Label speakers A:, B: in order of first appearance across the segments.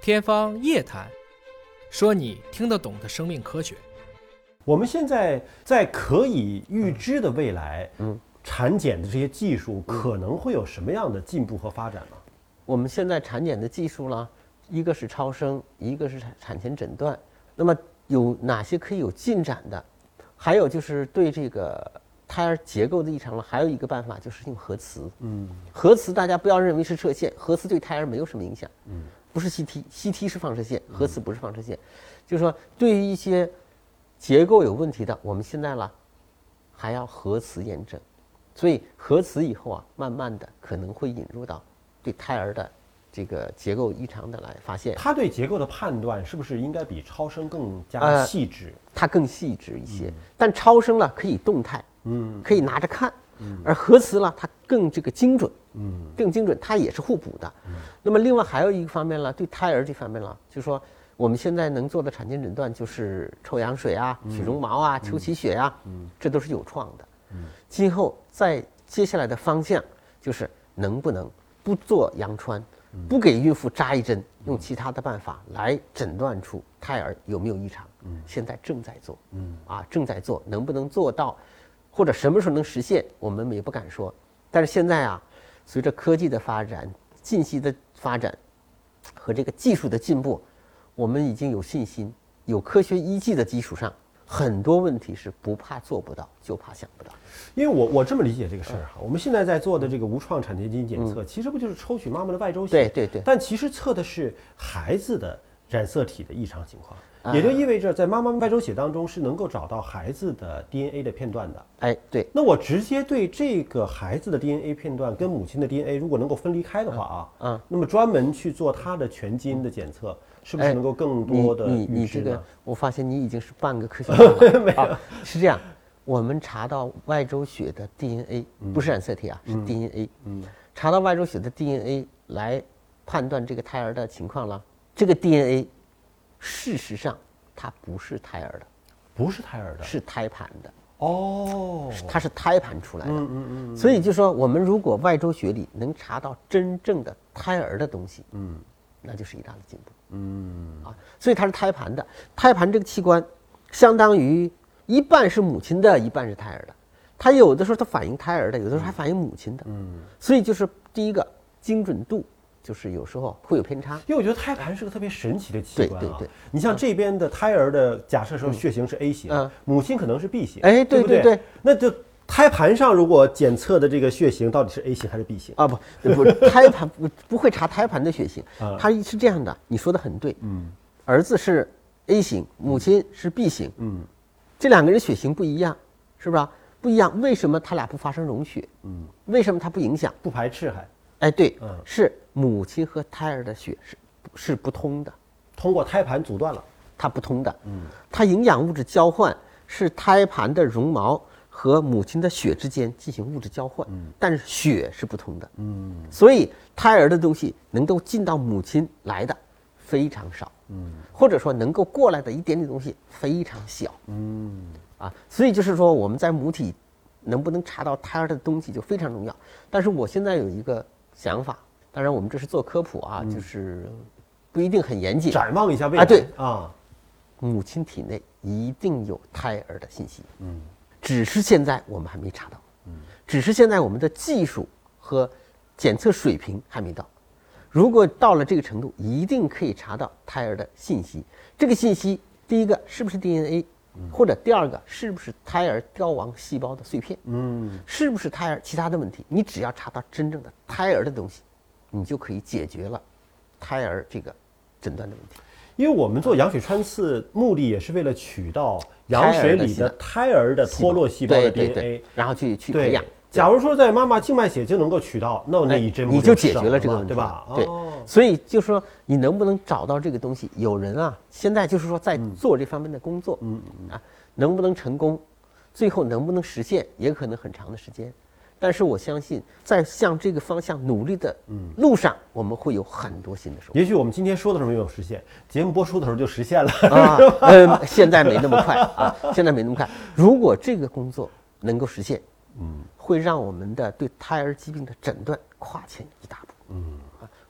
A: 天方夜谭，说你听得懂的生命科学。
B: 我们现在在可以预知的未来，产检的这些技术可能会有什么样的进步和发展呢？
C: 我们现在产检的技术呢，一个是超声，一个是产前诊断。那么有哪些可以有进展的？还有就是对这个胎儿结构的异常了，还有一个办法就是用核磁。核磁大家不要认为是射线，核磁对胎儿没有什么影响。不是 CT 是放射线，核磁不是放射线。就是说，对于一些结构有问题的，我们现在还要核磁验证。所以核磁以后慢慢的可能会引入到对胎儿的这个结构异常的来发现。
B: 它对结构的判断是不是应该比超声更加细致？
C: 它更细致一些，但超声可以动态，可以拿着看，而核磁它更这个精准，更精准，它也是互补的。那么另外还有一个方面对胎儿这方面就是说我们现在能做的产前诊断就是抽羊水取绒毛抽脐血这都是有创的。今后在接下来的方向就是能不能不做羊穿，不给孕妇扎一针，用其他的办法来诊断出胎儿有没有异常。现在正在做，正在做，能不能做到，或者什么时候能实现，我们也不敢说。但是现在随着科技的发展、信息的发展和这个技术的进步，我们已经有信心，有科学依据的基础上，很多问题是不怕做不到，就怕想不到。
B: 因为我这么理解这个事儿我们现在在做的这个无创产前基因检测，其实不就是抽取妈妈的外周血？
C: 对。
B: 但其实测的是孩子的染色体的异常情况，也就意味着在妈妈外周血当中是能够找到孩子的 DNA 的片段的。
C: 对。
B: 那我直接对这个孩子的 DNA 片段跟母亲的 DNA 如果能够分离开的话那么专门去做他的全基因的检测，是不是能够更多的预知呢？
C: 你这个，我发现你已经是半个科学家了。
B: 没有，
C: 是这样，我们查到外周血的 DNA，不是染色体是 DNA。查到外周血的 DNA 来判断这个胎儿的情况了。这个 DNA 事实上它不是胎儿的，
B: 不是胎儿的，
C: 是胎盘的。它是胎盘出来的。所以就说我们如果外周血里能查到真正的胎儿的东西，那就是一大的进步。所以它是胎盘的。胎盘这个器官相当于一半是母亲的，一半是胎儿的。它有的时候它反映胎儿的，有的时候还反映母亲的。所以就是第一个精准度，就是有时候会有偏差。
B: 因为我觉得胎盘是个特别神奇的器官
C: 对。
B: 你像这边的胎儿的，假设说血型是 A 型，母亲可能是 B 型，
C: 对。
B: 那就胎盘上如果检测的这个血型到底是 A 型还是 B 型
C: 不，胎盘不会查胎盘的血型，它是这样的。你说的很对，儿子是 A 型，母亲是 B 型，这两个人血型不一样，是吧？不一样，为什么他俩不发生溶血？为什么它不影响？
B: 不排斥还？
C: 对，是母亲和胎儿的血是不通的，
B: 通过胎盘阻断了，
C: 它不通的。它营养物质交换是胎盘的绒毛和母亲的血之间进行物质交换，但是血是不通的。所以胎儿的东西能够进到母亲来的非常少，或者说能够过来的一点点东西非常小。所以就是说我们在母体能不能查到胎儿的东西就非常重要。但是我现在有一个想法，当然我们这是做科普就是不一定很严谨，
B: 展望一下未来。
C: 对母亲体内一定有胎儿的信息，只是现在我们还没查到，只是现在我们的技术和检测水平还没到。如果到了这个程度，一定可以查到胎儿的信息。这个信息，第一个是不是 DNA，或者第二个是不是胎儿凋亡细胞的碎片，是不是胎儿其他的问题？你只要查到真正的胎儿的东西，你就可以解决了胎儿这个诊断的问题。
B: 因为我们做羊水穿刺目的也是为了取到羊水里的胎儿的脱落细胞的 DNA，
C: 然后去培养。
B: 假如说在妈妈静脉血就能够取到，那一针
C: 你就解决了这个问题，
B: 对吧？
C: 对，所以就说你能不能找到这个东西？有人现在就是说在做这方面的工作，能不能成功，最后能不能实现，也可能很长的时间。但是我相信，在向这个方向努力的路上，我们会有很多新的收获。
B: 也许我们今天说的时候没有实现，节目播出的时候就实现了
C: 现在没那么快现在没那么快。如果这个工作能够实现，会让我们的对胎儿疾病的诊断跨前一大步，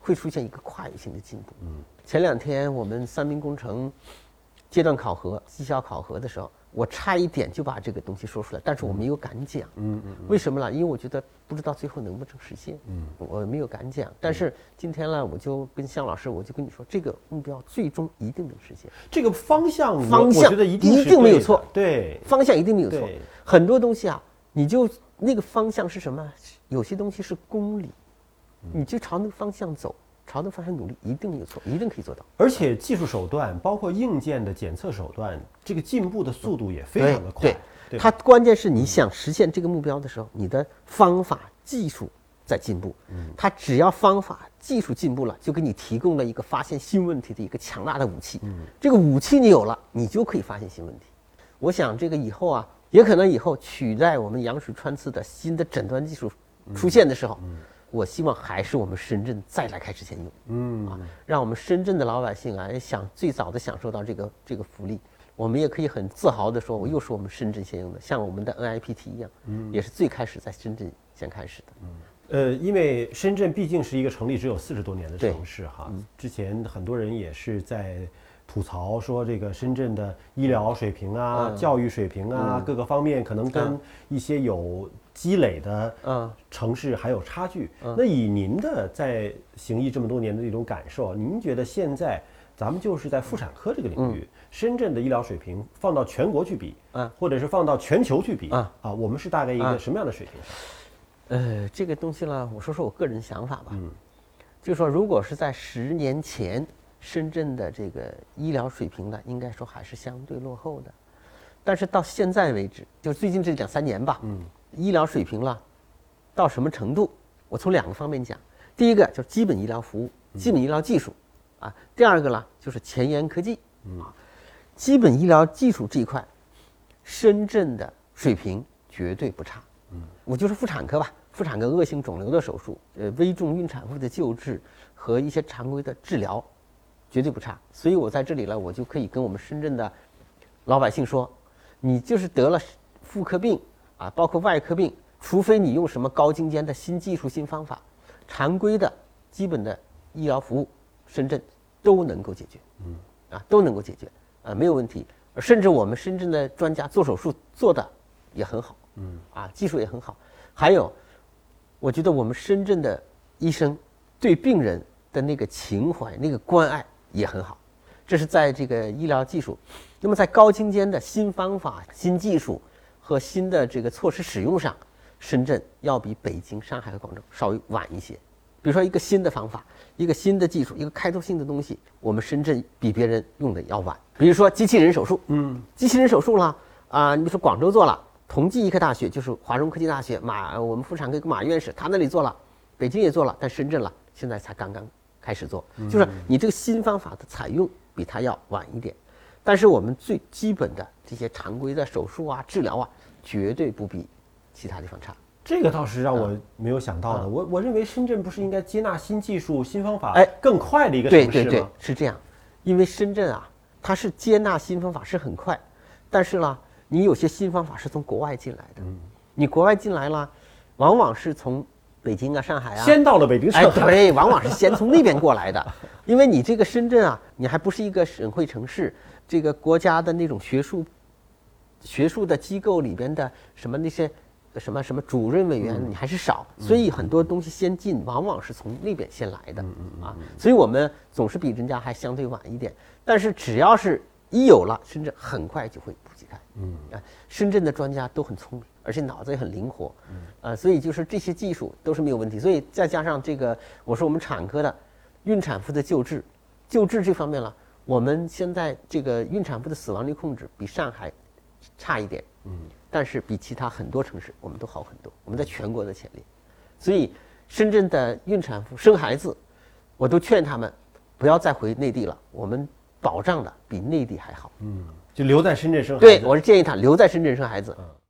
C: 会出现一个跨越性的进步。前2天我们3名工程阶段考核、绩效考核的时候，我差一点就把这个东西说出来，但是我没有敢讲。为什么呢？因为我觉得不知道最后能不能实现。我没有敢讲。但是今天呢，我就跟向老师，我就跟你说，这个目标最终一定能实现。
B: 这个方向
C: 我
B: 觉得一定
C: 没有错。
B: 对，
C: 方向一定没有错。很多东西啊，你就那个方向是什么？有些东西是公理，你就朝那个方向走。朝那方向努力，一定没有错，一定可以做到。
B: 而且技术手段，包括硬件的检测手段，这个进步的速度也非常的快。
C: 对，它关键是你想实现这个目标的时候，你的方法技术在进步。它只要方法技术进步了，就给你提供了一个发现新问题的一个强大的武器。这个武器你有了，你就可以发现新问题。我想这个以后啊，也可能以后取代我们羊水穿刺的新的诊断技术出现的时候。我希望还是我们深圳再来开始先用，让我们深圳的老百姓啊，最早的享受到这个福利。我们也可以很自豪的说，又是我们深圳先用的，像我们的 NIPT 一样，也是最开始在深圳先开始的。
B: 因为深圳毕竟是一个成立只有40多年的城市哈，之前很多人也是在吐槽说这个深圳的医疗水平啊、教育水平啊，各个方面可能跟一些有积累的城市还有差距。那以您的在行医这么多年的这种感受，您觉得现在咱们就是在妇产科这个领域，深圳的医疗水平放到全国去比，或者是放到全球去比我们是大概一个什么样的水平？
C: 这个东西呢，我说我个人想法吧。就是说，如果是在10年前，深圳的这个医疗水平呢，应该说还是相对落后的。但是到现在为止，就最近这2、3年吧，医疗水平了到什么程度？我从2个方面讲。第一个就是基本医疗服务、基本医疗技术第二个呢就是前沿科技基本医疗技术这一块，深圳的水平绝对不差。我就说妇产科吧，妇产科恶性肿瘤的手术、危重孕产妇的救治和一些常规的治疗，绝对不差。所以我在这里呢，我就可以跟我们深圳的老百姓说，你就是得了妇科病包括外科病，除非你用什么高精尖的新技术、新方法，常规的基本的医疗服务，深圳都能够解决，都能够解决，没有问题。甚至我们深圳的专家做手术做的也很好，技术也很好。还有，我觉得我们深圳的医生对病人的那个情怀、那个关爱也很好。这是在这个医疗技术。那么在高精尖的新方法、新技术和新的这个措施使用上，深圳要比北京、上海和广州稍微晚一些。比如说一个新的方法、一个新的技术、一个开拓性的东西，我们深圳比别人用的要晚。比如说机器人手术，机器人手术了你比如说广州做了，同济医科大学就是华中科技大学我们妇产科马院士他那里做了，北京也做了，但深圳了现在才刚刚开始做，就是你这个新方法的采用比它要晚一点。但是我们最基本的这些常规的手术治疗绝对不比其他地方差。
B: 这个倒是让我没有想到的。我认为深圳不是应该接纳新技术、新方法更快的一个城市吗？
C: 对，是这样。因为深圳它是接纳新方法是很快，但是呢，你有些新方法是从国外进来的，你国外进来了，往往是从北京上海
B: 先到了北京、上海，
C: 对，往往是先从那边过来的。因为你这个深圳你还不是一个省会城市，这个国家的那种学术的机构里边的什么那些什么主任委员你还是少，所以很多东西先进往往是从那边先来的所以我们总是比人家还相对晚一点。但是只要是一有了，深圳很快就会普及开。深圳的专家都很聪明，而且脑子也很灵活所以就是这些技术都是没有问题。所以再加上这个，我说我们产科的孕产妇的救治这方面了，我们现在这个孕产妇的死亡率控制比上海差一点，但是比其他很多城市我们都好很多，我们在全国的前列。所以深圳的孕产妇生孩子，我都劝他们不要再回内地了，我们保障的比内地还好。
B: 就留在深圳生孩子。
C: 对，我是建议他留在深圳生孩子。